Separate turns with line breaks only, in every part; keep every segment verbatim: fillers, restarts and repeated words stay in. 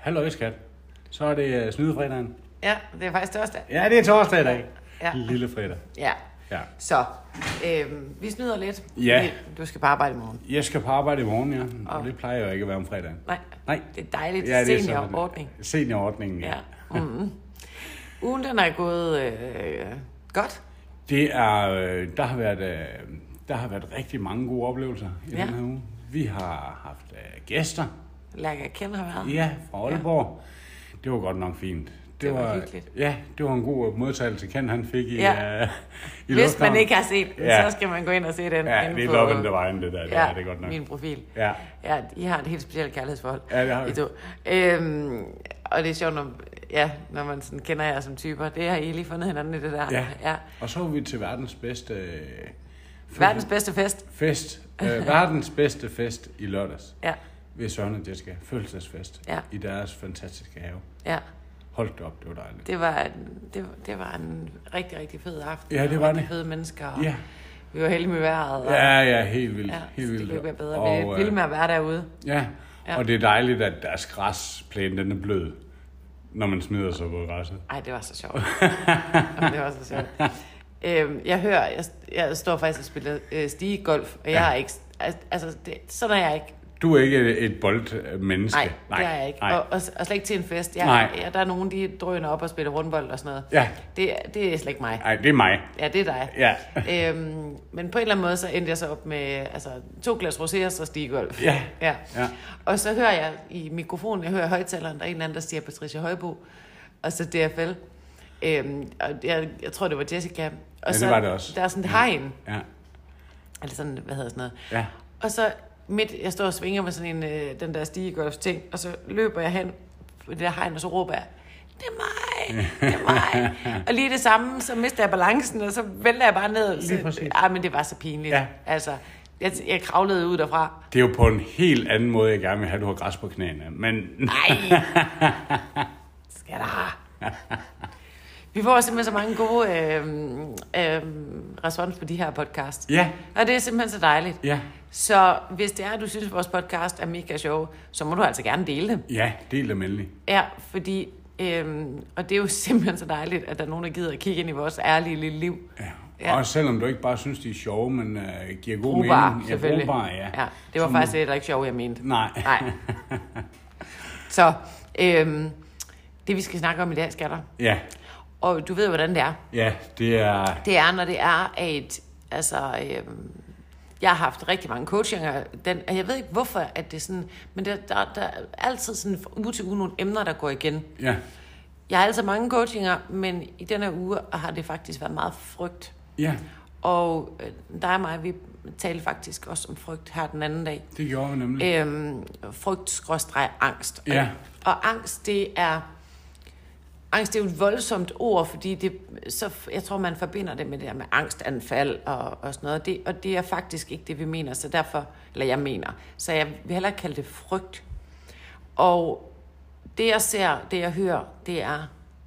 halløj skat. Så er det uh, snydefredagen.
Ja, det er faktisk torsdag.
Ja, det er torsdag i dag.
Ja.
Lille fredag.
Ja.
Ja.
Så, øh, vi snyder lidt.
Ja.
Du skal på arbejde i morgen.
Jeg skal på arbejde i morgen, ja. Og
Og-
det plejer jo ikke at være om fredagen.
Nej,
Nej.
det er dejligt.
Ja, det er
Seniorordning.
sådan- Seniorordningen, ja.
Ja. Mm-hmm. Ugen den er gået øh, godt.
Det er, øh, der har været, øh, der har været rigtig mange gode oplevelser i
Ja.
den her uge. Vi har haft øh, gæster.
Lærke at kende har været.
Ja, fra Aalborg. Ja. Det var godt nok fint.
Det var hyggeligt.
Ja, det var en god modtagelse, Ken han fik i,
Ja.
uh, i
Hvis
lufthavnen.
man ikke har set den,
Ja.
så skal man gå ind og se den.
Ja,
inde
det er
på-
Love and Divine, det der. Det
Ja,
er det godt nok.
min profil.
Ja.
Ja, I har et helt specielt kærlighedsforhold.
Ja, det har vi.
I to. Øhm, og det er sjovt, når, ja, når man sådan kender jer som typer. Det har I lige fundet hinanden i det der.
Ja.
ja.
Og så var vi til verdens bedste øh,
Verdens bedste fest.
fest. Øh, verdens bedste fest i lørdags.
Ja,
Ved Søren og Jessica. Fødselsdagsfest.
Ja.
I deres fantastiske have.
ja.
Hold det op, det var dejligt.
Det var, det, det var en rigtig, rigtig fed aften.
Ja, det
og
var
rigtig
det.
fede mennesker. Og
Ja,
vi var heldige med vejret. Og,
ja, ja, helt vildt.
ja,
helt
så
vildt.
det kunne ikke være bedre.
Og,
Vi er vilde med at være derude.
Ja.
Ja.
Og det er dejligt, at deres græsplæne, den er blød, når man smider sig på græsset.
Ej, det var så sjovt. Jamen, det var så sjovt. Øhm, jeg hører, jeg, jeg står faktisk og spiller øh, stigegolf, og jeg
Ja.
har ikke, altså, det, sådan er jeg ikke.
Du er ikke et boldmenneske.
Nej, det er jeg ikke.
Nej.
Og, og, og slet ikke til en fest. Jeg,
Nej.
jeg, der er nogen, de drøner op og spiller rundbold og sådan noget.
Ja.
Det, det er slet ikke mig.
Nej, det er mig.
Ja, det er dig.
Ja.
Øhm, men på en eller anden måde, så endte jeg så op med altså, to glas rosé og så stigegolf.
Ja.
ja.
Ja.
Og så hører jeg i mikrofonen, jeg hører højtaleren, der er en eller anden, der siger Patricia Højbo, og så D F L. Øhm, og jeg, jeg tror, det var Jessica. Og
Ja,
så,
det var det også.
Der er sådan et hegn,
Ja.
eller sådan, hvad hedder sådan noget.
Ja.
Og så midt, jeg står og svinger med sådan en, øh, den der stigegolf ting, og så løber jeg hen på det der hegn, og så råber jeg, det er mig, det er mig. Og lige det samme, så mister jeg balancen, og så vælter jeg bare ned.
Lige præcis.
Ah, men det var så pinligt.
Ja.
Altså, jeg, jeg kravlede ud derfra.
Det er jo på en helt anden måde, jeg gerne vil have, at du har græs på knæene. Men
Nej. Skal der. Vi får simpelthen så mange gode øh, øh, respons på de her podcast.
ja,
Og det er simpelthen så dejligt.
ja,
Så hvis det er, at du synes, at vores podcast er mega sjov, så må du altså gerne dele dem.
ja, del dem endelig.
Ja, fordi, øhm, og det er jo simpelthen så dejligt, at der er nogen, der gider at kigge ind i vores ærlige lille liv.
Ja.
Ja.
Også selvom du ikke bare synes, de er sjove, men uh, giver god
Brugbare,
mening.
selvfølgelig.
Brugbare, ja.
Ja, det var
Som-
faktisk heller ikke sjovt, jeg mente.
Nej.
Nej. Så, øhm, det vi skal snakke om i dag, skatter.
Ja,
Og du ved, hvordan det er.
ja, det er...
Det er, når det er, at altså, øhm, jeg har haft rigtig mange coachinger. Den, og jeg ved ikke, hvorfor at det er sådan, men der, der, der er altid sådan fra uge til uge nogle emner, der går igen.
Ja,
Jeg har altså mange coachinger, men i denne uge har det faktisk været meget frygt.
ja,
Og øh, dig og mig, vi talte faktisk også om frygt her den anden dag.
det gjorde vi nemlig.
Øhm, frygt skråstreg angst.
Ja.
Og angst, det er... Angst, det er jo et voldsomt ord, fordi det, så, jeg tror, man forbinder det med det der med angstanfald og, og sådan noget. Det, og det er faktisk ikke det, vi mener, så derfor... Eller jeg mener. Så jeg vil hellere kalde det frygt. Og det, jeg ser, det, jeg hører, det er...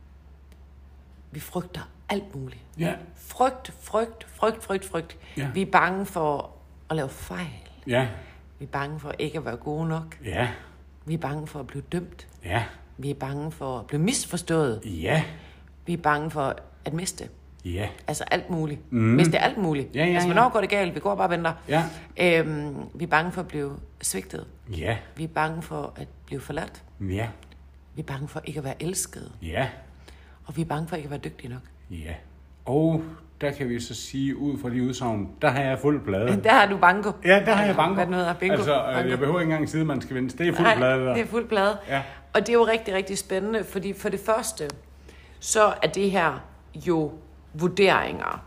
Vi frygter alt muligt.
Ja,
Frygt, frygt, frygt, frygt, frygt.
Ja.
Vi er bange for at lave fejl.
ja,
Vi er bange for ikke at være gode nok.
ja,
Vi er bange for at blive dømt.
ja,
Vi er bange for at blive misforstået.
ja,
Vi er bange for at miste.
ja,
Altså alt muligt. Mm. Miste alt muligt.
Ja, ja,
altså,
ja.
hvornår går det galt? Vi går bare og venter.
ja,
Øhm, vi er bange for at blive svigtet.
ja,
Vi er bange for at blive forladt.
ja,
Vi er bange for ikke at være elsket.
ja,
Og vi er bange for ikke at være dygtige nok.
ja. Og der kan vi så sige, ud fra de udsagn, der har jeg fuld plade.
Der har du banko.
Ja, der har jeg banko.
Hvad det nu hedder, bingo.
Altså, øh,
Banko.
jeg behøver ikke engang sige, at man skal vinde. Det er fuld
Nej,
plade, der.
det er fuld plade.
Ja.
Og det er jo rigtig, rigtig spændende, fordi for det første, så er det her jo vurderinger.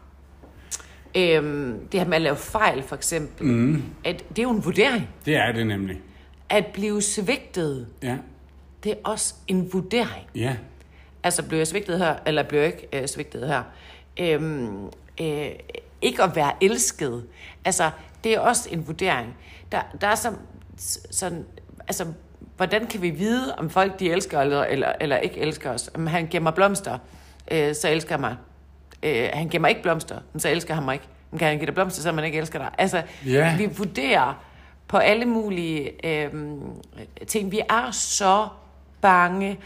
Øhm, det her med at lave fejl, for eksempel, mm. at det er jo en vurdering.
Det er det nemlig.
At blive svigtet,
Ja,
det er også en vurdering.
ja,
Altså, bliver jeg svigtet her, eller bliver jeg ikke øh, svigtet her? Øhm, øh, ikke at være elsket. Altså, det er også en vurdering. Der, der er så, sådan, altså, hvordan kan vi vide, om folk de elsker eller, eller, eller ikke elsker os? Om han giver mig blomster, øh, så elsker han mig. Øh, han giver mig ikke blomster, så elsker han mig ikke. Men kan han give dig blomster, så man ikke elsker dig? Altså,
Ja.
vi vurderer på alle mulige øh, ting. Vi er så bange.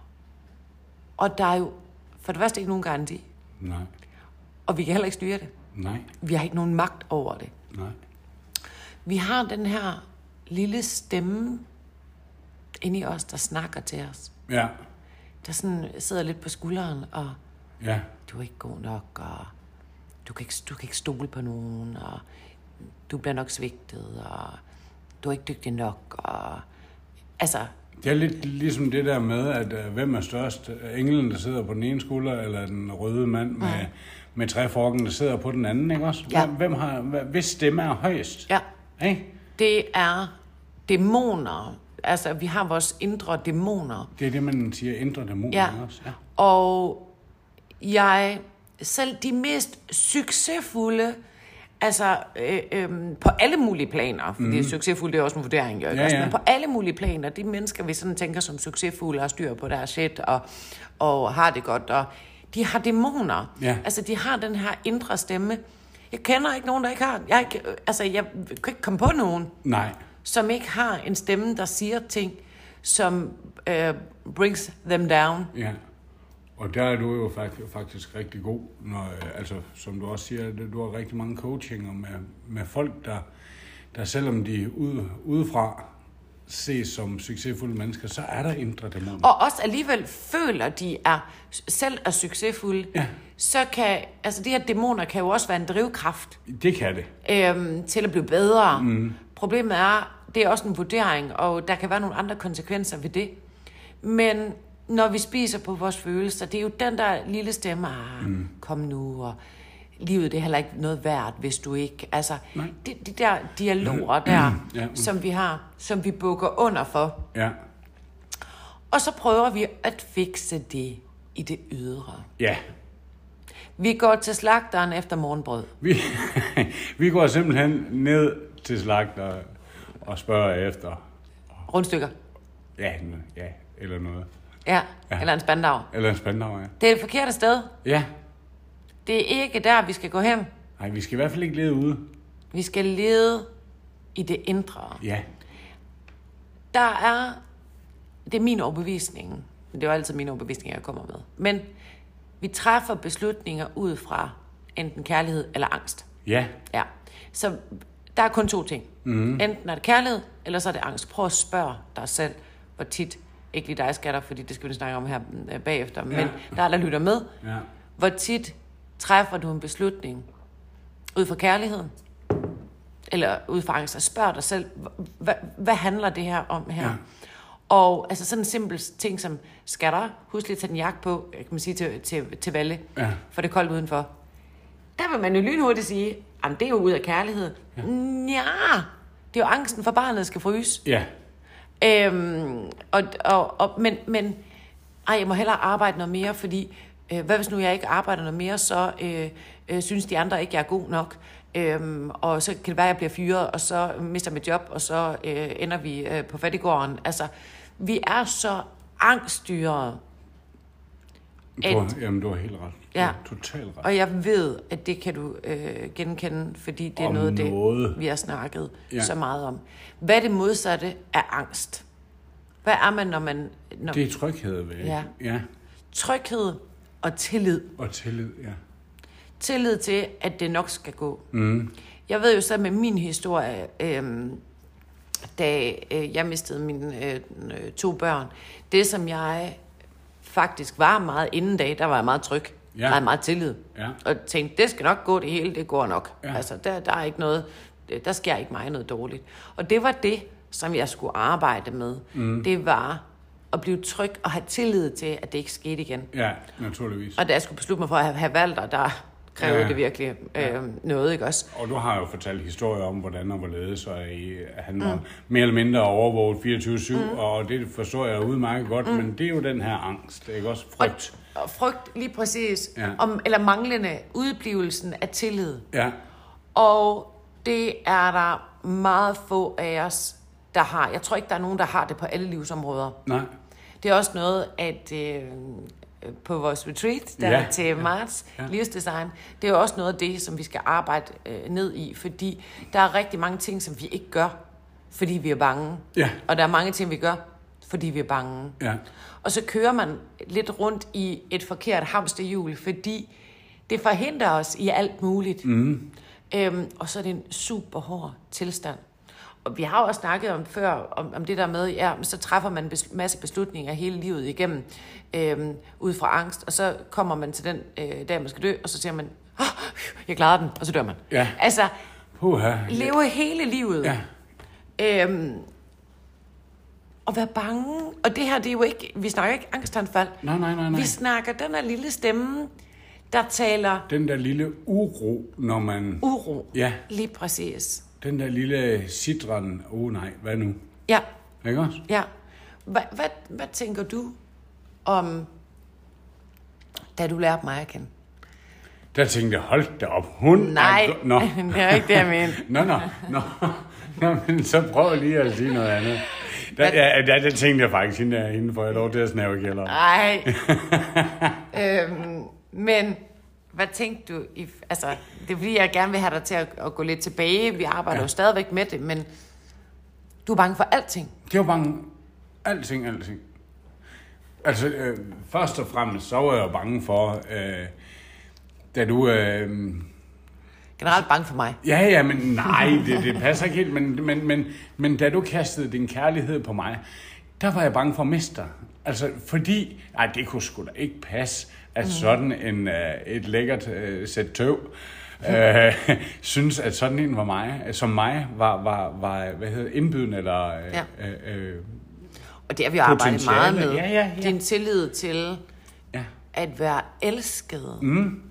Og der er jo for det første ikke nogen garanti.
Nej.
Og vi kan heller ikke styre det.
Nej.
Vi har ikke nogen magt over det.
Nej.
Vi har den her lille stemme inde i os, der snakker til os.
Ja.
Der sådan sidder lidt på skulderen, og
Ja.
du er ikke god nok, og du kan ikke, du kan ikke stole på nogen, og du bliver nok svigtet, og du er ikke dygtig nok, og altså...
Det er lidt ligesom det der med, at uh, hvem er størst? Englen, der sidder på den ene skulder, eller den røde mand med, ja. med træforken, der sidder på den anden, ikke også?
Ja.
Hvem, hvem har, hvis stemme er højst?
Ja.
Hey?
Det er dæmoner. Altså, vi har vores indre dæmoner.
Det er det, man siger, indre dæmoner,
Ja.
også? Ja.
Og jeg, selv de mest succesfulde, altså øh, øh, på alle mulige planer, fordi mm. succesfulde, det er også en vurdering, jo, ikke?
Ja, ja.
Men på alle mulige planer, de mennesker, vi sådan tænker som succesfulde, har styr på deres shit, og, og har det godt, og de har dæmoner.
Ja.
Altså, de har den her indre stemme. Jeg kender ikke nogen, der ikke har. Jeg, ikke, altså, jeg kan ikke komme på nogen,
Nej.
som ikke har en stemme, der siger ting, som øh, brings them down.
Ja. Og der er du jo faktisk, faktisk rigtig god, når, altså, som du også siger, du har rigtig mange coachinger med, med folk, der, der selvom de ude, udefra ses som succesfulde mennesker, så er der indre dæmoner.
Og også alligevel føler, de er selv er succesfulde,
Ja.
så kan, altså de her dæmoner kan jo også være en drivkraft
Det kan det.
øhm, til at blive bedre. Mm. Problemet er, det er også en vurdering, og der kan være nogle andre konsekvenser ved det. Men når vi spiser på vores følelser, det er jo den der lille stemme, ah, mm. kom nu, og livet det er heller ikke noget værd, hvis du ikke... Altså, de, de der dialoger der,
Ja.
som vi har, som vi bukker under for.
Ja.
Og så prøver vi at fikse det i det ydre.
Ja.
Vi går til slagteren efter morgenbrød.
Vi, vi går simpelthen ned til slagter og spørger efter.
Rundstykker.
Ja, ja, eller noget.
Ja,
Ja.
eller en spandau.
Eller en spandau, ja.
Det er et forkert sted.
Ja.
Det er ikke der, vi skal gå hen.
Nej, vi skal i hvert fald ikke lede ude.
Vi skal lede i det indre.
Ja.
Der er... Det er min overbevisning. Det er jo altid min overbevisning, jeg kommer med. Men vi træffer beslutninger ud fra enten kærlighed eller angst.
Ja.
Ja. Så der er kun to ting. Mm. Enten er det kærlighed, eller så er det angst. Prøv at spørge dig selv, hvor tit, ikke lige dig skatter, fordi det skal vi snakke om her bagefter, men
Ja. der
der der lytter med.
Ja.
Hvor tit træffer du en beslutning ud fra kærligheden, eller ud fra angst, og spørg dig selv, hvad, hvad handler det her om her?
Ja.
Og altså sådan en simpel ting som, skal der husk lige at tage den jakke på, kan man sige, til, til, til Valle,
Ja.
for det er koldt udenfor. Der vil man jo lynhurtigt sige, jamen det er jo ud af kærlighed. Ja. Nja, det er jo angsten for barnet skal fryse.
Ja.
Øhm, og, og, og, men, men ej, jeg må hellere arbejde noget mere, fordi øh, hvad hvis nu jeg ikke arbejder noget mere, så øh, øh, synes de andre ikke, jeg er god nok. Øhm, og så kan det være, at jeg bliver fyret, og så mister mit job, og så øh, ender vi øh, på fattiggården. Altså, vi er så angststyrede.
Du har, jamen, du har helt ret. Du
Ja.
har totalt ret.
Og jeg ved, at det kan du øh, genkende, fordi det er
Om
noget,
noget.
det vi har snakket
Ja.
så meget om. Hvad er det modsatte af angst? Hvad er man, når man... Når
Det er tryghed ved.
Ja.
Ja.
Tryghed og tillid.
Og tillid, ja.
Tillid til, at det nok skal gå.
Mm.
Jeg ved jo så med min historie, øh, da øh, jeg mistede mine øh, to børn, det som jeg faktisk var meget inden dag, der var jeg meget tryg.
Ja.
Der var meget tillid.
Ja.
Og tænkte, det skal nok gå det hele, det går nok.
Ja.
Altså, der, der er ikke noget, der sker ikke mig noget dårligt. Og det var det, som jeg skulle arbejde med. Mm. Det var at blive tryg og have tillid til, at det ikke skete igen.
Ja, naturligvis.
Og da jeg skulle beslutte mig for at have, have Valter, der krævede
Ja.
ja. det virkelig øh, noget, ikke også?
Og du har jo fortalt historier om, hvordan og hvorledes, og I, han var mm. mere eller mindre overvåget fireogtyve syv, mm. og det forstår jeg udmærket godt, mm. men det er jo den her angst, ikke også? Frygt.
Og, og frygt lige præcis,
Ja.
om, eller manglende udblivelsen af tillid.
Ja,
Og det er der meget få af os, der har. Jeg tror ikke, der er nogen, der har det på alle livsområder.
nej.
Det er også noget, at øh, på vores retreat, der
Ja,
ja, til marts,
ja.
ja. livsdesign, det er jo også noget af det, som vi skal arbejde øh, ned i, fordi der er rigtig mange ting, som vi ikke gør, fordi vi er bange.
Ja.
Og der er mange ting, vi gør, fordi vi er bange.
Ja.
Og så kører man lidt rundt i et forkert hamsterhjul, fordi det forhindrer os i alt muligt.
Mm.
Øhm, og så er det en super hård tilstand. Og vi har jo også snakket om før, om, om det der med, ja, så træffer man en bes- masse beslutninger hele livet igennem, øhm, ud fra angst, og så kommer man til den øh, dag, man skal dø, og så siger man, oh, jeg klarede den, og så dør man.
Ja.
Altså,
Puha.
leve hele livet.
Ja.
Øhm, og være bange. Og det her, det er jo ikke, vi snakker ikke angstanfald.
Nej, nej, nej, nej.
Vi snakker den her lille stemme, der taler
Den der lille uro, når man...
uro.
Ja.
Lige præcis.
Den der lille sidren, åh oh, nej, hvad nu?
Ja.
Ikke også?
Ja. Hvad, hvad, hvad tænker du om, da du lærte mig at kende?
Der tænkte jeg, hold da op, hun
Nej,
er... Nå.
det er ikke det, jeg mener.
Nå, nå, nå. Nå, men så prøv lige at sige noget andet. Der, ja, der, der tænkte jeg faktisk, hende, hende får jeg lov til at snæve kælderen.
Nej. øhm, men hvad tænkte du? I, altså, det er fordi, jeg gerne vil have dig til at, at gå lidt tilbage. Vi arbejder ja. jo stadigvæk med det, men du er bange for alting.
Det var bange. Alting, alting. Altså, øh, først og fremmest, så var jeg bange for, øh, da du... Øh,
Generelt bange for mig.
Ja, ja, men nej, det, det passer ikke helt. Men, men, men, men da du kastede din kærlighed på mig, der var jeg bange for at miste dig. Altså, fordi... Nej, det kunne sgu da ikke passe, at mm. sådan en, uh, et lækkert uh, sæt tøv uh, synes, at sådan en var mig, som mig var, var, var hvad hedder indbydende eller... Uh,
ja.
uh, uh,
Og det har vi arbejdet meget med.
Ja, ja, ja.
Din tillid til
ja.
at være elsket.
Mm.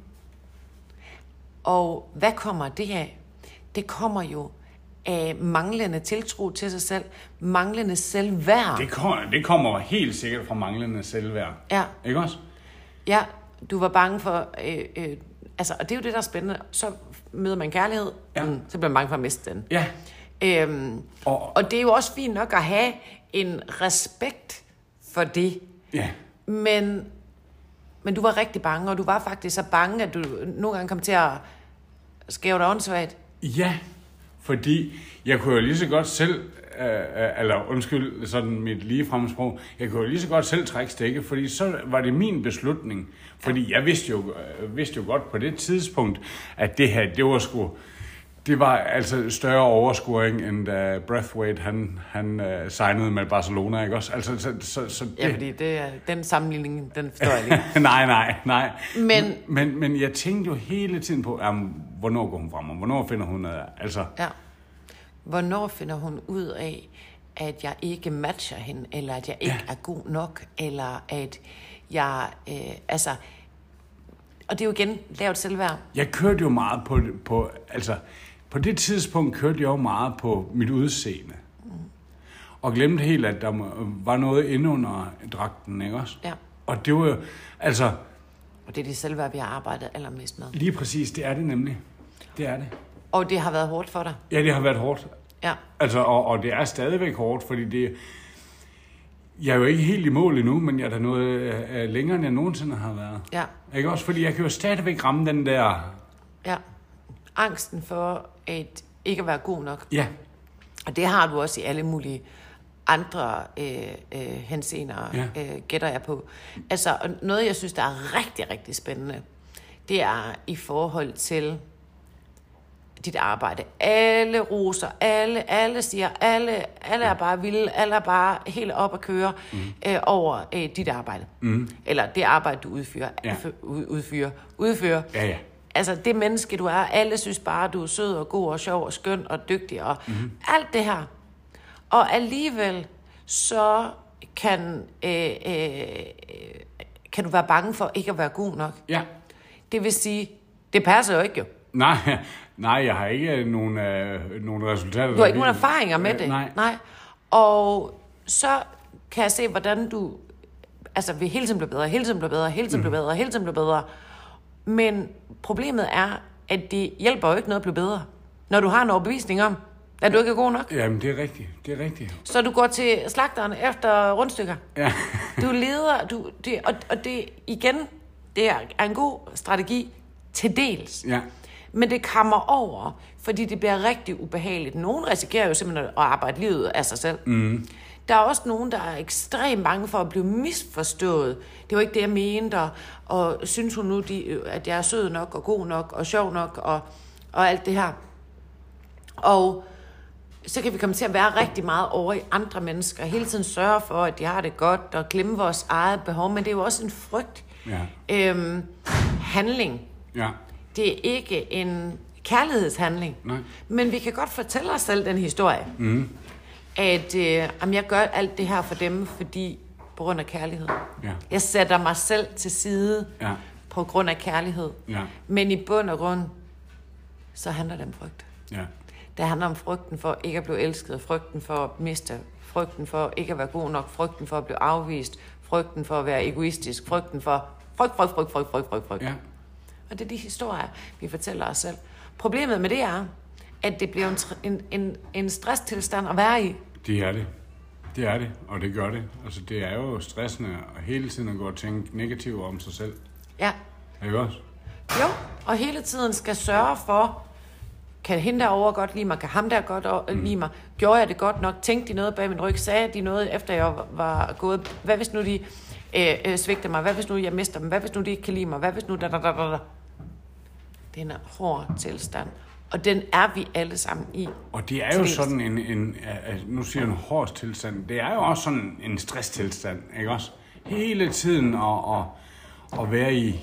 Og hvad kommer det af? Det kommer jo af manglende tiltro til sig selv, manglende selvværd.
Det kommer, det kommer helt sikkert fra manglende selvværd.
Ja.
Ikke også?
Ja, du var bange for... Øh, øh, altså, og det er jo det, der er spændende. Så møder man kærlighed,
ja.
mm, så bliver man bange for at miste den.
Ja.
Øhm, og, og det er jo også fint nok at have en respekt for det.
Ja.
Men... Men du var rigtig bange, og du var faktisk så bange, at du nogle gange kom til at skæve dig åndssvagt.
Ja, fordi jeg kunne jo lige så godt selv, øh, eller undskyld sådan mit ligefremme sprog, jeg kunne jo lige så godt selv trække stikket, fordi så var det min beslutning. Fordi ja. jeg vidste jo, øh, vidste jo godt på det tidspunkt, at det her, det var sgu... Det var altså større overscoring, end da Braithwaite, han, han uh, signede med Barcelona, ikke også? Altså, så, så, så det...
Ja, fordi det er, den sammenligning, den forstår jeg ikke.
nej, nej, nej.
Men...
Men, men jeg tænkte jo hele tiden på, um, hvornår går hun frem, og hvornår finder hun noget? Altså...
Ja. Hvornår finder hun ud af, at jeg ikke matcher hende, eller at jeg ikke ja. er god nok, eller at jeg... Øh, altså... Og det er jo igen lavt selvværd.
Jeg kørte jo meget på... på altså... På det tidspunkt kørte jeg jo meget på mit udseende. Mm. Og glemte helt, at der var noget inde under dragten, ikke også?
Ja.
Og det var jo, altså...
Og det er det selvværd, vi har arbejdet allermest med.
Lige præcis, det er det nemlig. Det er det.
Og det har været hårdt for dig?
Ja, det har været hårdt.
Ja.
Altså, og, og det er stadigvæk hårdt, fordi det... Jeg er jo ikke helt i mål endnu, men jeg er da noget øh, længere, end jeg nogensinde har været.
Ja.
Ikke også? Fordi jeg kan jo stadigvæk ramme den der...
Ja. Angsten for at ikke at være god nok.
Ja.
Og det har du også i alle mulige andre øh, øh, henseender,
ja.
øh, gætter jeg på. Altså, noget jeg synes, der er rigtig, rigtig spændende, det er i forhold til dit arbejde. Alle roser, alle, alle siger, alle, alle er bare vilde, alle er bare helt op at køre mm. øh, over øh, dit arbejde. Mm. Eller det arbejde, du udfører.
Ja.
Udfører. Udfører.
Ja, ja.
Altså det menneske, du er. Alle synes bare, du er sød og god og sjov og skøn og dygtig og mm-hmm. alt det her. Og alligevel så kan, øh, øh, kan du være bange for ikke at være god nok.
Ja.
Det vil sige, det passer jo ikke jo.
Nej, nej, jeg har ikke nogen, øh, nogen resultater.
Du har ikke nogen erfaringer med det.
Nej.
nej. Og så kan jeg se, hvordan du altså vil hele tiden blive bedre, hele tiden blive bedre, hele tiden blive bedre, hele tiden blive bedre. Men problemet er, at det hjælper jo ikke noget at blive bedre, når du har en overbevisning om, at du ikke er god nok.
Jamen, det er rigtigt. Det er rigtigt.
Så du går til slagteren efter rundstykker.
Ja.
Du leder, du, det, og, og det igen, det er en god strategi til dels.
Ja.
Men det kommer over, fordi det bliver rigtig ubehageligt. Nogen risikerer jo simpelthen at arbejde livet af sig selv. Mm. Der er også nogen, der er ekstremt bange for at blive misforstået. Det var ikke det, jeg mente, og, og synes hun nu, de, at jeg er sød nok, og god nok, og sjov nok, og, og alt det her. Og så kan vi komme til at være rigtig meget over i andre mennesker, hele tiden sørge for, at de har det godt, og glemme vores eget behov, men det er jo også en frygt.
Ja.
Øhm, handling.
Ja.
Det er ikke en kærlighedshandling.
Nej.
Men vi kan godt fortælle os selv den historie.
Mm.
At øh, jamen, jeg gør alt det her for dem, fordi på grund af kærlighed.
Ja.
Jeg sætter mig selv til side
Ja.
på grund af kærlighed.
Ja.
Men i bund og grund, så handler det om frygt.
Ja.
Det handler om frygten for ikke at blive elsket, frygten for at miste, frygten for ikke at være god nok, frygten for at blive afvist, frygten for at være egoistisk, frygten for frygt, frygt, frygt, frygt, frygt, frygt, frygt.
Ja.
Og det er de historier, vi fortæller os selv. Problemet med det er, at det bliver en, en, en, en stresstilstand at være i.
Det er det. Det er det, og det gør det. Altså, det er jo stressende at hele tiden at gå og tænke negativt om sig selv.
Ja.
Ikke også?
Jo, og hele tiden skal sørge for, kan hende derovre godt lide mig, kan ham der godt lide mig, gjorde jeg det godt nok, tænkte de noget bag min ryg, sagde de noget, efter jeg var gået, hvad hvis nu de øh, øh, svigter mig, hvad hvis nu jeg mister dem, hvad hvis nu de ikke kan lide mig, hvad hvis nu da, da, da, da, da. Det er en hård tilstand, og den er vi alle sammen i.
Og det er jo sådan en, en, nu siger jeg en hård tilstand, det er jo også sådan en stresstilstand, ikke også? Hele tiden at, at, at være i,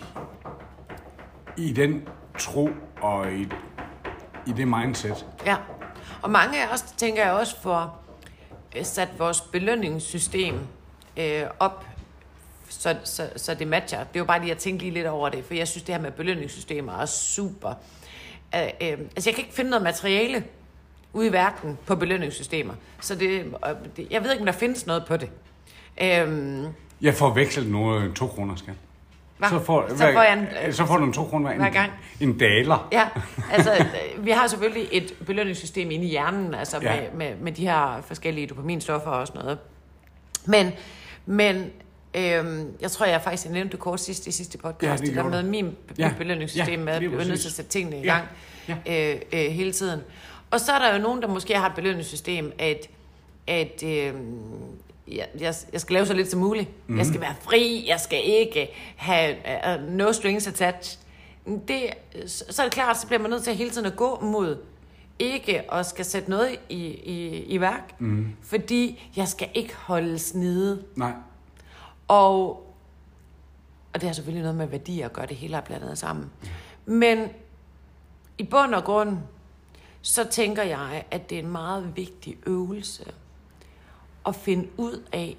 i den tro og i, i det mindset.
Ja, og mange af os, tænker jeg også, får sat vores belønningssystem øh, op, så, så, så det matcher. Det er jo bare lige at tænke lige lidt over det, for jeg synes, det her med belønningssystemer er super. Øh, øh, altså, jeg kan ikke finde noget materiale ude i verden på belønningssystemer, så det, øh, det, jeg ved ikke, om der findes noget på det. Øh,
Jeg får vekslet nogle to kroner, skat. Så får,
så, får jeg en,
så får du en to kroner hver,
hver gang.
En, en daler.
Ja, altså vi har selvfølgelig et belønningssystem inde i hjernen, altså ja. med, med, med de her forskellige dopaminstoffer og sådan noget. Men, men øhm, jeg tror, jeg faktisk jeg nævnte det kort sidst i sidste podcast, ja, det, det der med min ja. belønningssystem, ja, med at blive nødt til at sætte tingene i gang ja. Ja. Øh, øh, hele tiden. Og så er der jo nogen, der måske har et belønningssystem, at, at øh, Jeg, jeg, jeg skal lave så lidt som muligt. Mm-hmm. Jeg skal være fri. Jeg skal ikke have uh, no strings attached. Det, så er det klart, så bliver man nødt til hele tiden at gå mod ikke at skal sætte noget i, i, i værk. Mm-hmm. Fordi jeg skal ikke holdes nede.
Nej.
Og, og det har selvfølgelig noget med værdier at gøre, det hele er blandet sammen. Mm. Men i bund og grund, så tænker jeg, at det er en meget vigtig øvelse at finde ud af,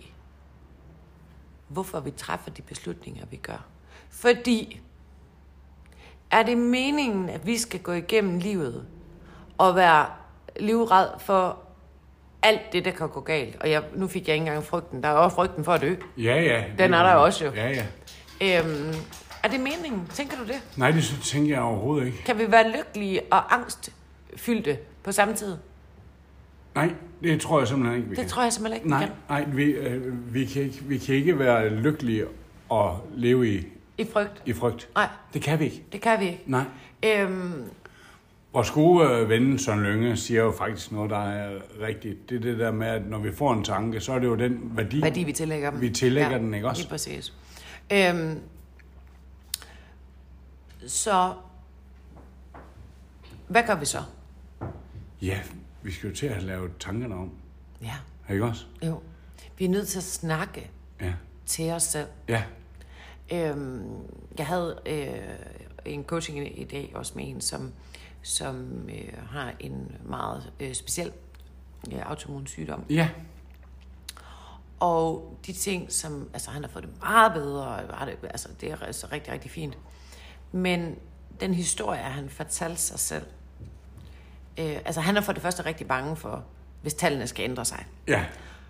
hvorfor vi træffer de beslutninger, vi gør. Fordi, er det meningen, at vi skal gå igennem livet og være livræd for alt det, der kan gå galt? Og jeg, nu fik jeg ikke engang frygten. Der er også frygten for at dø.
Ja, ja.
Den er der også jo.
Ja, ja.
Øhm, er det meningen? Tænker du det?
Nej, det tænker jeg overhovedet ikke.
Kan vi være lykkelige og angstfyldte på samme tid?
Nej, det tror jeg simpelthen ikke, vi
det
kan.
Det tror jeg simpelthen ikke,
nej,
vi kan.
Nej, vi, øh, vi, kan ikke, vi kan ikke være lykkelige og leve i...
I frygt?
I frygt.
Nej.
Det kan vi ikke.
Det kan vi ikke.
Nej.
Øhm...
Vores gode øh, ven Søren Lynge siger jo faktisk noget, der er rigtigt. Det er det der med, at når vi får en tanke, så er det jo den værdi,
værdi vi tillægger dem.
Vi tillægger
ja,
den, ikke også?
Lige præcis. Øhm... Så... Hvad gør vi så?
Ja, vi skal jo til at have lavet tankerne om.
Ja.
Ikke også?
Jo. Vi er nødt til at snakke
ja.
til os selv.
Ja.
Øhm, jeg havde øh, en coaching i dag også med en, som, som øh, har en meget øh, speciel øh, autoimmun sygdom.
Ja.
Og de ting, som... Altså, han har fået det meget bedre, og det, altså, det er altså rigtig, rigtig fint. Men den historie, han fortalte sig selv... Øh, altså, han er for det første rigtig bange for, hvis tallene skal ændre sig.
Ja.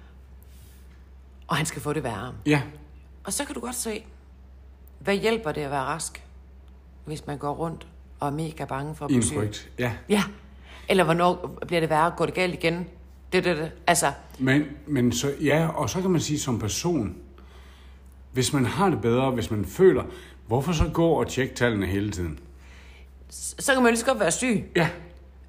Og han skal få det værre.
Ja.
Og så kan du godt se, hvad hjælper det at være rask, hvis man går rundt og er mega bange for at blive syg?
Frygt, ja.
Ja. Eller hvornår bliver det værre? Går det galt igen? Det, det, det. Altså. Men,
men så, ja, og så kan man sige som person, hvis man har det bedre, hvis man føler, hvorfor så gå og tjekke tallene hele tiden?
Så kan man lige så godt være syg.
Ja.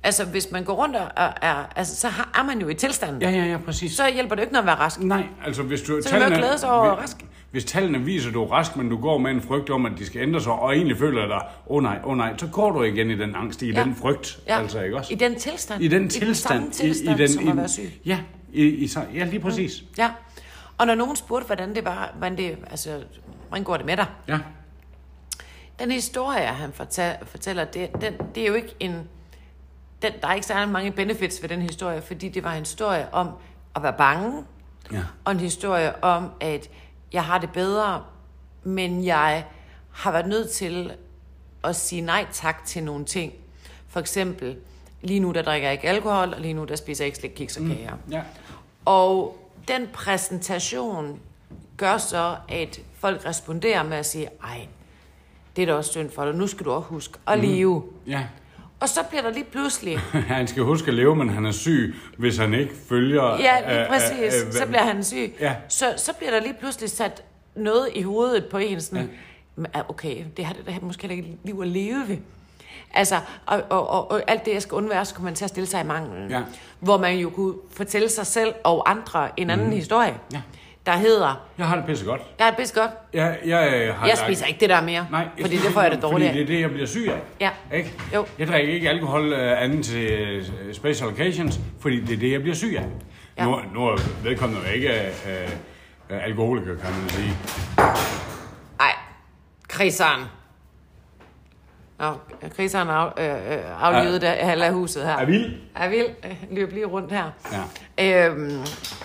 Altså, hvis man går rundt og er, er altså, så har, er man jo i tilstanden.
Ja, ja, ja, præcis.
Så hjælper det ikke noget at være rask.
Nej, altså hvis du...
Så tallene, glæde sig over
hvis,
rask.
Hvis tallene viser, at du er rask, men du går med en frygt om, at de skal ændre sig, og egentlig føler dig, åh oh, nej, åh oh, nej, så går du igen i den angst, i ja. den frygt,
ja.
altså, ikke også?
I den tilstand.
I den
I
tilstand.
den tilstand,
i, i den,
som
i,
at være syg.
Ja, i, i, ja lige præcis.
Mm. Ja, og når nogen spurgte, hvordan det var, hvordan, det, altså, hvordan går det med dig?
Ja.
Den historie, han fortæller, det, den, det er jo ikke en... Den, der er ikke særlig mange benefits ved den historie, fordi det var en historie om at være bange,
ja.
og en historie om, at jeg har det bedre, men jeg har været nødt til at sige nej tak til nogle ting. For eksempel, lige nu der drikker jeg ikke alkohol, og lige nu der spiser jeg ikke slik, kiks og kager.
Mm. Ja.
Og den præsentation gør så, at folk responderer med at sige, ej, det er da også synd for dig, nu skal du også huske at leve.
Mm. Ja.
Og så bliver der lige pludselig...
han skal huske at leve, men han er syg, hvis han ikke følger...
Ja, lige præcis. Æ, æ, æ, så bliver han syg.
Ja.
Så, så bliver der lige pludselig sat noget i hovedet på en sådan... Ja. Okay, det har det der måske ikke liv at leve ved. Altså, og, og, og, og alt det, jeg skal undvære, så kommer man til at stille sig i manglen.
Ja.
Hvor man jo kunne fortælle sig selv og andre en anden mm. historie.
Ja.
Der hedder...
Jeg har det pisse godt.
Jeg har det pisse godt.
Jeg, jeg, har
jeg spiser ikke det der mere.
Nej,
fordi det får jeg det dårligt af.
Fordi det er det, jeg bliver syg af.
Ja.
Ikke?
Jo.
Jeg drikker ikke alkohol uh, anden til uh, special occasions, fordi det er det, jeg bliver syg af. Ja. Nu, nu er vedkommende ikke uh, uh, alkoholiker, kan man sige.
Nej, Christian. Nå, Christian af, øh, aflevede der halv af huset her.
Er vild.
Er vild. Løb lige rundt her.
Ja.
Øhm,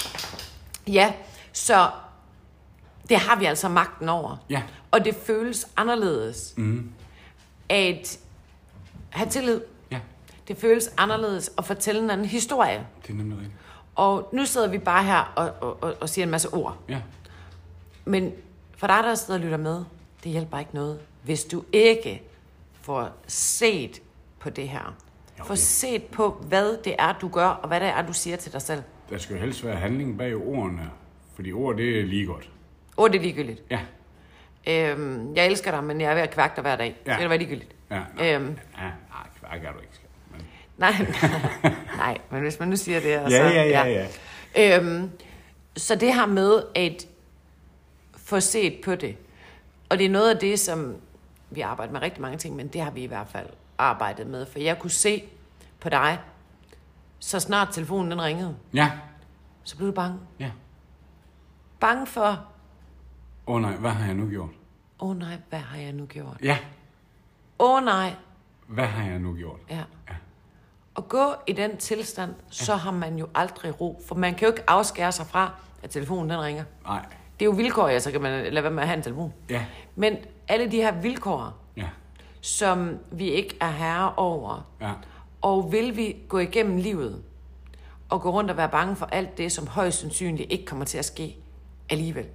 ja, så det har vi altså magten over.
Ja.
Og det føles anderledes
mm.
at have tillid.
Ja.
Det føles anderledes at fortælle en anden historie.
Det er nemlig rigtigt.
Og nu sidder vi bare her og, og, og siger en masse ord.
Ja.
Men for dig, der sidder og lytter med, det hjælper ikke noget, hvis du ikke får set på det her. Okay. Få set på, hvad det er, du gør, og hvad det er, du siger til dig selv.
Der skal jo helst være handling bag ordene, fordi ord, det er lige godt.
Ord, det er ligegyldigt.
Ja.
Øhm, jeg elsker dig, men jeg er ved at kværke dig hver dag. Ja. Så det var ligegyldigt.
Ja,
øhm,
ja, nej, kværke er du ikke. Men...
Nej, nej, men hvis man nu siger det her,
ja,
så...
Ja, ja, ja.
ja. Øhm, så det her med at få set på det, og det er noget af det, som vi arbejder med rigtig mange ting, men det har vi i hvert fald arbejdet med, for jeg kunne se på dig, så snart telefonen den ringede,
ja.
så blev du bange.
Ja.
Bange for...
Åh oh, nej, hvad har jeg nu gjort?
Åh oh, nej, hvad har jeg nu gjort?
Ja.
Åh oh, nej.
Hvad har jeg nu gjort?
Ja.
Ja.
At gå i den tilstand, ja. Så har man jo aldrig ro, for man kan jo ikke afskære sig fra, at telefonen den ringer.
Nej.
Det er jo vilkår, ja, så kan man lade være med at have en telefon.
Ja.
Men alle de her vilkår,
ja.
som vi ikke er herre over,
ja.
og vil vi gå igennem livet, og gå rundt og være bange for alt det, som højst sandsynligt ikke kommer til at ske alligevel.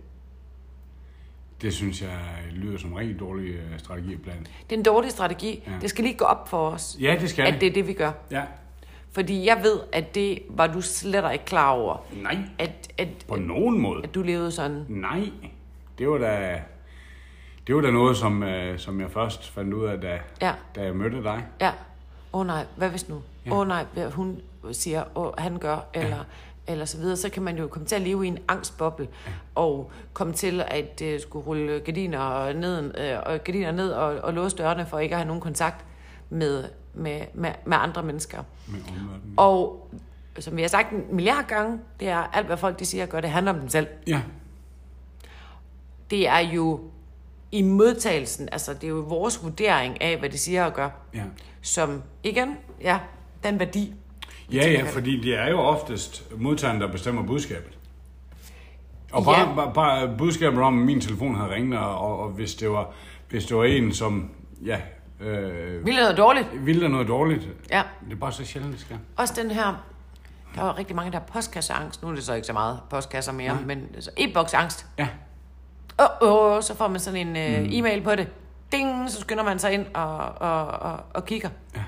Det synes jeg lyder som en rigtig dårlig strategiplan.
Det er en dårlig strategi. Ja. Det skal lige gå op for os,
ja, det skal
at
det.
det er det, vi gør.
Ja.
Fordi jeg ved, at det var du slet ikke klar over.
Nej,
at, at,
på nogen måde.
At du levede sådan.
Nej, det var da, det var da noget, som, uh, som jeg først fandt ud af, da,
ja.
da jeg mødte dig.
Ja. Åh oh, nej, hvad hvis nu? Åh ja. oh, nej, hvad hun siger, åh, han gør, eller... Ja. eller så videre, så kan man jo komme til at leve i en angstboble, ja. og komme til at uh, skulle rulle gardiner ned, uh, og gardiner ned og, og låse dørene, for ikke at have nogen kontakt med, med, med, med andre mennesker.
Med omverdenen.
Og som vi har sagt en milliard gange, det er alt, hvad folk de siger gør, det handler om dem selv.
Ja.
Det er jo i modtagelsen, altså det er jo vores vurdering af, hvad de siger og gør,
ja. som
igen, ja, den værdi.
Ja, ja, fordi det er jo oftest modtageren, der bestemmer budskabet. Og bare, ja. bare, bare budskabet om, at min telefon havde ringet, og, og hvis, det var, hvis det var en, som, ja... Øh,
ville noget dårligt.
Ville noget dårligt.
Ja.
Det er bare så sjældent, det sker.
Også den her, der var rigtig mange, der har postkasseangst. Nu er det så ikke så meget postkasser mere, Nej. men altså, e-boksangst.
Ja.
Åh, oh, oh, så får man sådan en øh, mm. e-mail på det. Ding, så skynder man sig ind og, og, og, og kigger.
Ja.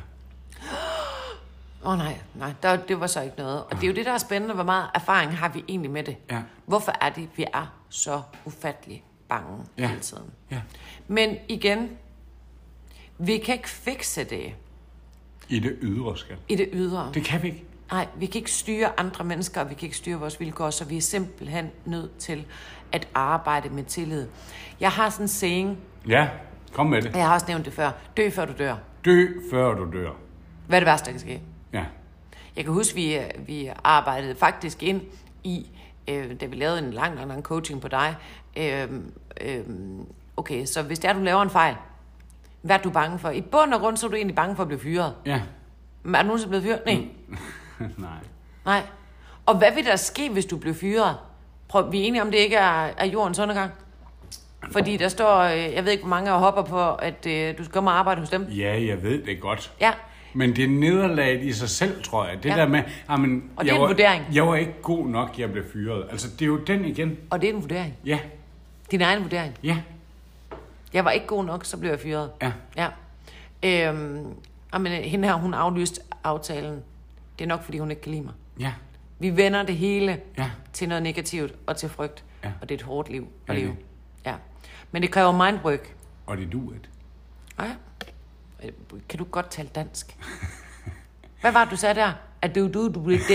Åh oh, nej, nej, der, det var så ikke noget. Og det er jo det, der er spændende, hvor meget erfaring har vi egentlig med det.
Ja.
Hvorfor er det, vi er så ufattelig bange
ja.
hele tiden?
Ja.
Men igen, vi kan ikke fikse det.
I det ydre, skal.
I det ydre.
Det kan vi ikke.
Nej, vi kan ikke styre andre mennesker, vi kan ikke styre vores vilkår, så vi er simpelthen nødt til at arbejde med tillid. Jeg har sådan en saying.
Ja, kom med det.
Jeg har også nævnt det før. Dø før du dør.
Dø før du dør.
Hvad er det værste, der kan ske?
Ja.
Jeg kan huske, vi vi arbejdede faktisk ind i, øh, da vi lavede en lang, lang, lang coaching på dig. Øh, øh, okay, så hvis det er, du laver en fejl, hvad er du bange for? I bund og grund, så er du egentlig bange for at blive fyret.
Ja.
Men er du nogensinde blevet fyret? Nej.
Nej.
Nej. Og hvad vil der ske, hvis du bliver fyret? Prøv, vi er enige om, det ikke er, er jordens undergang. Fordi der står, øh, jeg ved ikke, hvor mange hopper på, at øh, du skal komme og arbejde hos dem.
Ja, jeg ved det godt.
Ja.
Men det er nederlaget i sig selv, tror jeg. Det
Ja.
der med, amen,
Og det er
jeg
en
var,
vurdering.
Jeg var ikke god nok, jeg blev fyret. Altså, det er jo den igen.
Og det er en vurdering.
Ja.
Din egen vurdering.
Ja.
Jeg var ikke god nok, så blev jeg fyret.
Ja.
Ja. Øhm, men hende her, hun aflyste aftalen. Det er nok, fordi hun ikke kan lide mig.
Ja.
Vi vender det hele
Ja.
til noget negativt og til frygt.
Ja.
Og det er et hårdt liv
Ja,
at
det.
leve. Ja. Men det kræver mindwork.
Og det du et.
Ja. Kan du godt tale dansk? Hvad var det, du sagde der? At du du du blev det.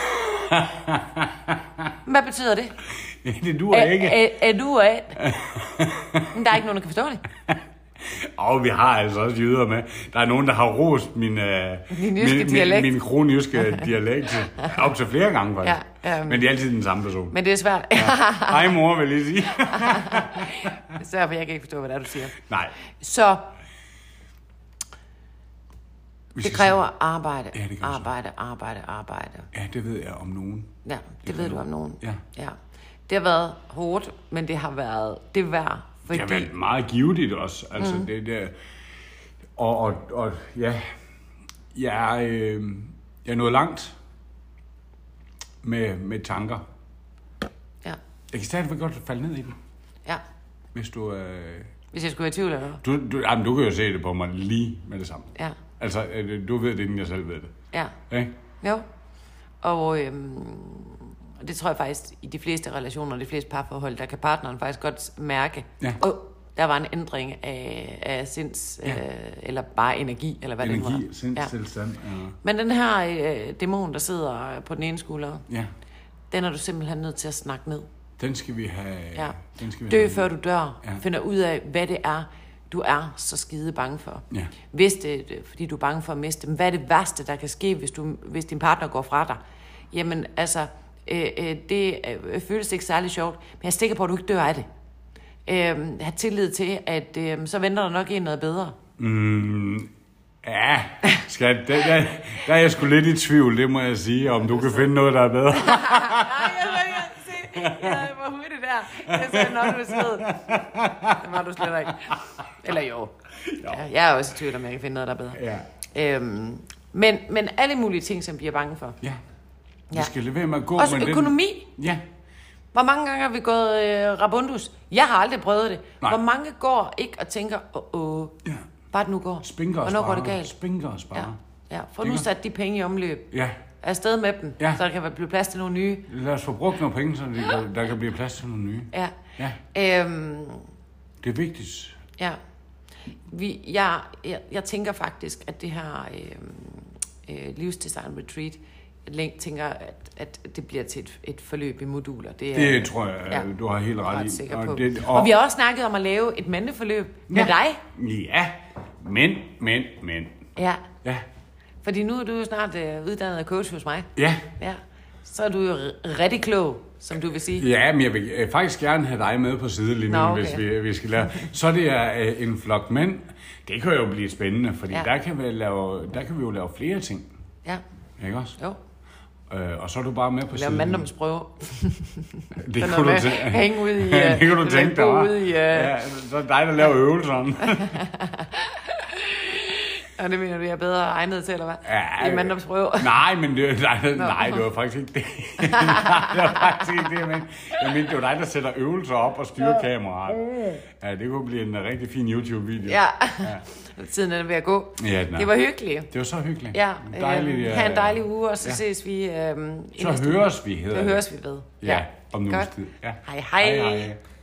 Hvad betyder det?
Det du er ikke.
Er, er, er du et? Men der er ikke nogen, der kan forstå det.
Og vi har altså også jyder med. Der er nogen, der har rost min, øh,
Din jyske
min,
dialekt.
min, min kronjyske dialekt op til flere gange, faktisk.
Ja, øhm.
Men det er altid den samme person.
Men det er svært.
Ja. Hej mor, vil jeg lige sige.
Så jeg kan ikke forstå, hvad det er, du siger.
Nej.
Så
Vi
det
skal
kræver arbejde,
Ja, det gør det så.
arbejde, arbejde, arbejde.
sige- Ja, det ved jeg om nogen.
Ja, det,
Det
ved
kan
du
du.
om nogen.
Ja.
Ja. Det har været hårdt, men det har været det værd. Fordi,
Det har været meget givetigt også. Altså, mm. det der... Og, og, og ja... Jeg, øh, jeg er nået langt med, med tanker.
ja,
Jeg kan stadigvæk godt falde ned i dem,
ja.
hvis du... Øh,
Hvis jeg skulle være i tvivl, eller hvad?
du, du, jamen, du kan jo se det på mig lige med det samme.
Ja,
Altså, øh, du ved det, inden jeg selv ved det.
ja.
Ikke?
Jo. Og øhm, og det tror jeg faktisk, i de fleste relationer, de fleste parforhold, der kan partneren faktisk godt mærke,
Ja.
og der var en ændring af, af sinds,
Ja.
øh, eller bare energi, eller hvad det nu
Energi,
var.
sindstilstand. Ja.
Men den her øh, dæmon, der sidder på den ene skulder,
ja,
den er du simpelthen nødt til at snakke ned.
den skal vi have...
Ja.
Den skal vi
Dø
have.
før du dør.
Ja.
Finder ud af, hvad det er, du er så skide bange for.
Ja.
Hvis det, fordi du er bange for at miste dem. Hvad er det værste, der kan ske, hvis, du, hvis din partner går fra dig? Jamen, altså, øh, øh, det øh, føles ikke særlig sjovt, men jeg er sikker på, at du ikke dør af det. Øh, have tillid til, at øh, så venter der nok en noget bedre.
Mm, ja, skal, der, der, der er jeg sgu lidt i tvivl, det må jeg sige, om du kan finde noget, der er bedre.
Nej, jeg vil se. Jeg var hurtigt der. Jeg sagde, når du er sød. Det var du slet ikke. Eller jo. Ja, jeg er også i tvivl, om jeg kan finde noget, der er bedre.
Ja.
Øhm, men, men alle mulige ting, som vi er bange for.
Ja. Vi
Ja.
skal lade være med at gå
Også
med
økonomi.
Den. Ja.
Hvor mange gange har vi gået øh, rabundus? Jeg har aldrig prøvet det.
Nej.
Hvor mange går ikke og tænker, åh, åh,
Ja.
bare det nu går.
Spinker og
Hvornår
sparer.
går det galt?
Spinker og
Ja,
sparer.
ja. Få
Det
nu
gør-
sat de penge i omløb.
Ja.
Afsted med dem,
Ja.
så der kan blive plads til nogle nye.
Lad os få brugt nogle penge, så de kan, der kan blive plads til nogle nye.
Ja.
Ja.
Øhm,
Det er vigtigt.
Ja. Vi, jeg, jeg, jeg tænker faktisk, at det her øh, øh, livsdesign retreat, jeg tænker, at, at det bliver til et, et forløb i moduler. Det, er,
Det tror jeg,
ja,
du har helt
jeg er
ret
ret
i.
sikker på.
Og, det,
og, og vi har også snakket om at lave et mandeforløb med
Ja.
dig.
Ja, men, men, men.
Ja,
Ja,
fordi nu er du jo snart øh, uddannet coach hos mig.
ja.
Ja. Så er du jo r- rigtig klog, som du vil sige.
Ja, men jeg vil øh, faktisk gerne have dig med på sidelinjen,
Nå, okay.
hvis vi, vi skal lave. Så det er øh, en flok mænd. Det kan jo blive spændende, fordi
Ja.
ja. der, kan vi lave, der kan vi jo lave flere ting.
Ja,
Ikke også?
jo.
Øh, og så er du bare med på
Lave
sidelinjen.
manddomsprøve.
Det
Sådan
kunne du
noget
tænke.
med hænge ude i,
Ja,
øh,
det kan du
det
tænke
der
dig,
bo
hva'?
ude i, øh,
Ja, så er det dig, der laver øvelserne.
Og det mener du, jeg er bedre egnet til, eller hvad?
Ja,
I manddomsprøve.
Nej, men det, nej, nej, det var faktisk ikke det. Nej, det var faktisk ikke det, jeg mente. Jeg mente, det var dig, der sætter øvelser op og styrer kameraet. Ja, det kunne blive en rigtig fin YouTube-video.
Ja, ja. Tiden er ved at gå.
Ja, den er.
Det var hyggeligt.
Det var så hyggeligt.
Ja,
Dejligt.
øh, ha' en dejlig uge, og så
ja.
ses vi... Øh,
Så høres vi, hedder
Så
det.
høres vi ved.
Ja, om nu
Godt.
tid. Ja.
Hej, hej.
hej, hej.